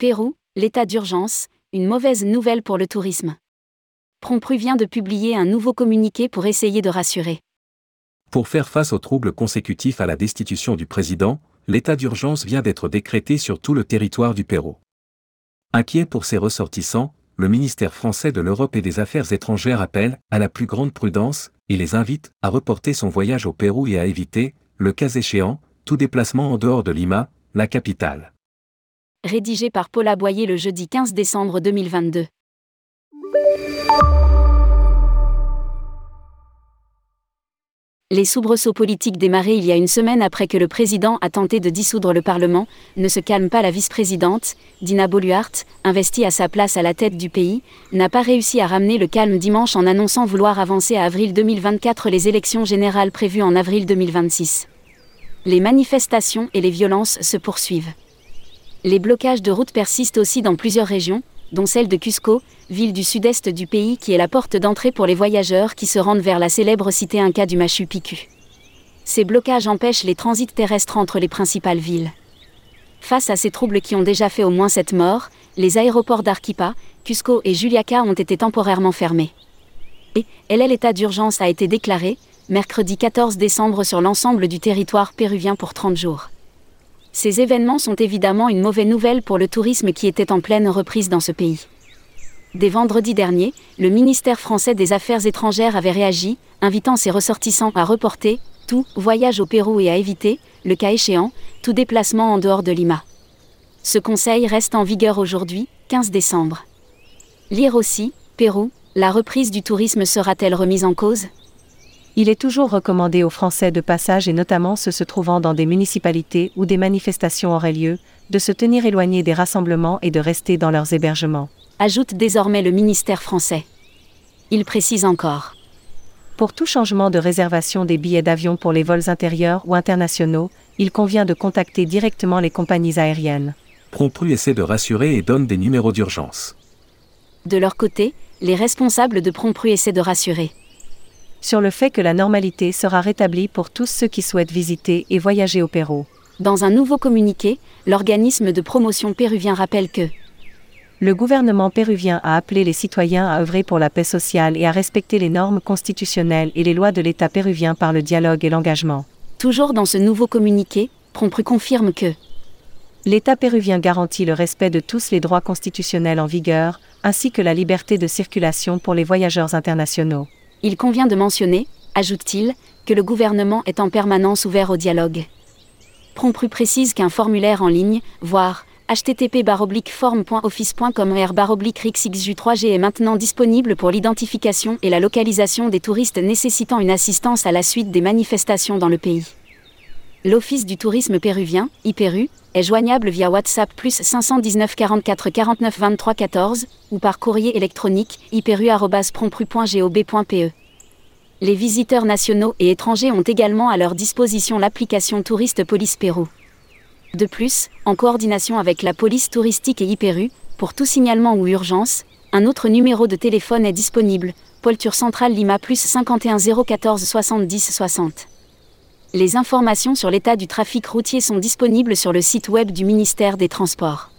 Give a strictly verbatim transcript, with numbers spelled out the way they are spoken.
Pérou, l'état d'urgence, une mauvaise nouvelle pour le tourisme. Prom-Pru vient de publier un nouveau communiqué pour essayer de rassurer. Pour faire face aux troubles consécutifs à la destitution du président, l'état d'urgence vient d'être décrété sur tout le territoire du Pérou. Inquiet pour ses ressortissants, le ministère français de l'Europe et des Affaires étrangères appelle à la plus grande prudence et les invite à reporter son voyage au Pérou et à éviter, le cas échéant, tout déplacement en dehors de Lima, la capitale. Rédigé par Paula Boyer le jeudi quinze décembre deux mille vingt-deux. Les soubresauts politiques démarrés il y a une semaine après que le président a tenté de dissoudre le Parlement ne se calment pas. La vice-présidente, Dina Boluarte, investie à sa place à la tête du pays, n'a pas réussi à ramener le calme dimanche en annonçant vouloir avancer à avril deux mille vingt-quatre les élections générales prévues en avril deux mille vingt-six. Les manifestations et les violences se poursuivent. Les blocages de routes persistent aussi dans plusieurs régions, dont celle de Cusco, ville du sud-est du pays qui est la porte d'entrée pour les voyageurs qui se rendent vers la célèbre cité inca du Machu Picchu. Ces blocages empêchent les transits terrestres entre les principales villes. Face à ces troubles qui ont déjà fait au moins sept morts, les aéroports d'Arequipa, Cusco et Juliaca ont été temporairement fermés. Et, l'état d'urgence a été déclaré, mercredi quatorze décembre sur l'ensemble du territoire péruvien pour trente jours. Ces événements sont évidemment une mauvaise nouvelle pour le tourisme qui était en pleine reprise dans ce pays. Dès vendredi dernier, le ministère français des Affaires étrangères avait réagi, invitant ses ressortissants à reporter tout voyage au Pérou et à éviter, le cas échéant, tout déplacement en dehors de Lima. Ce conseil reste en vigueur aujourd'hui, quinze décembre. Lire aussi, Pérou, la reprise du tourisme sera-t-elle remise en cause ? Il est toujours recommandé aux Français de passage et notamment ceux se trouvant dans des municipalités où des manifestations auraient lieu, de se tenir éloignés des rassemblements et de rester dans leurs hébergements. Ajoute désormais le ministère français. Il précise encore. Pour tout changement de réservation des billets d'avion pour les vols intérieurs ou internationaux, il convient de contacter directement les compagnies aériennes. Prom-Pru essaie de rassurer et donne des numéros d'urgence. De leur côté, les responsables de Prom-Pru essaient de rassurer. Sur le fait que la normalité sera rétablie pour tous ceux qui souhaitent visiter et voyager au Pérou. Dans un nouveau communiqué, l'organisme de promotion péruvien rappelle que le gouvernement péruvien a appelé les citoyens à œuvrer pour la paix sociale et à respecter les normes constitutionnelles et les lois de l'État péruvien par le dialogue et l'engagement. Toujours dans ce nouveau communiqué, Prom-Pru confirme que l'État péruvien garantit le respect de tous les droits constitutionnels en vigueur, ainsi que la liberté de circulation pour les voyageurs internationaux. Il convient de mentionner, ajoute-t-il, que le gouvernement est en permanence ouvert au dialogue. Prom-Pru précise qu'un formulaire en ligne, voire h t t p barre slash form point office point com r barre slash x x j trois g est maintenant disponible pour l'identification et la localisation des touristes nécessitant une assistance à la suite des manifestations dans le pays. L'Office du tourisme péruvien, IPERU, est joignable via WhatsApp plus cinq cent dix-neuf quarante-quatre quarante-neuf vingt-trois quatorze ou par courrier électronique iperu arobase prompru point gob point p e. Les visiteurs nationaux et étrangers ont également à leur disposition l'application Touriste Police Pérou. De plus, en coordination avec la police touristique et IPERU, pour tout signalement ou urgence, un autre numéro de téléphone est disponible, Polture Centrale Lima plus cinquante et un zéro quatorze soixante-dix soixante. Les informations sur l'état du trafic routier sont disponibles sur le site web du ministère des Transports.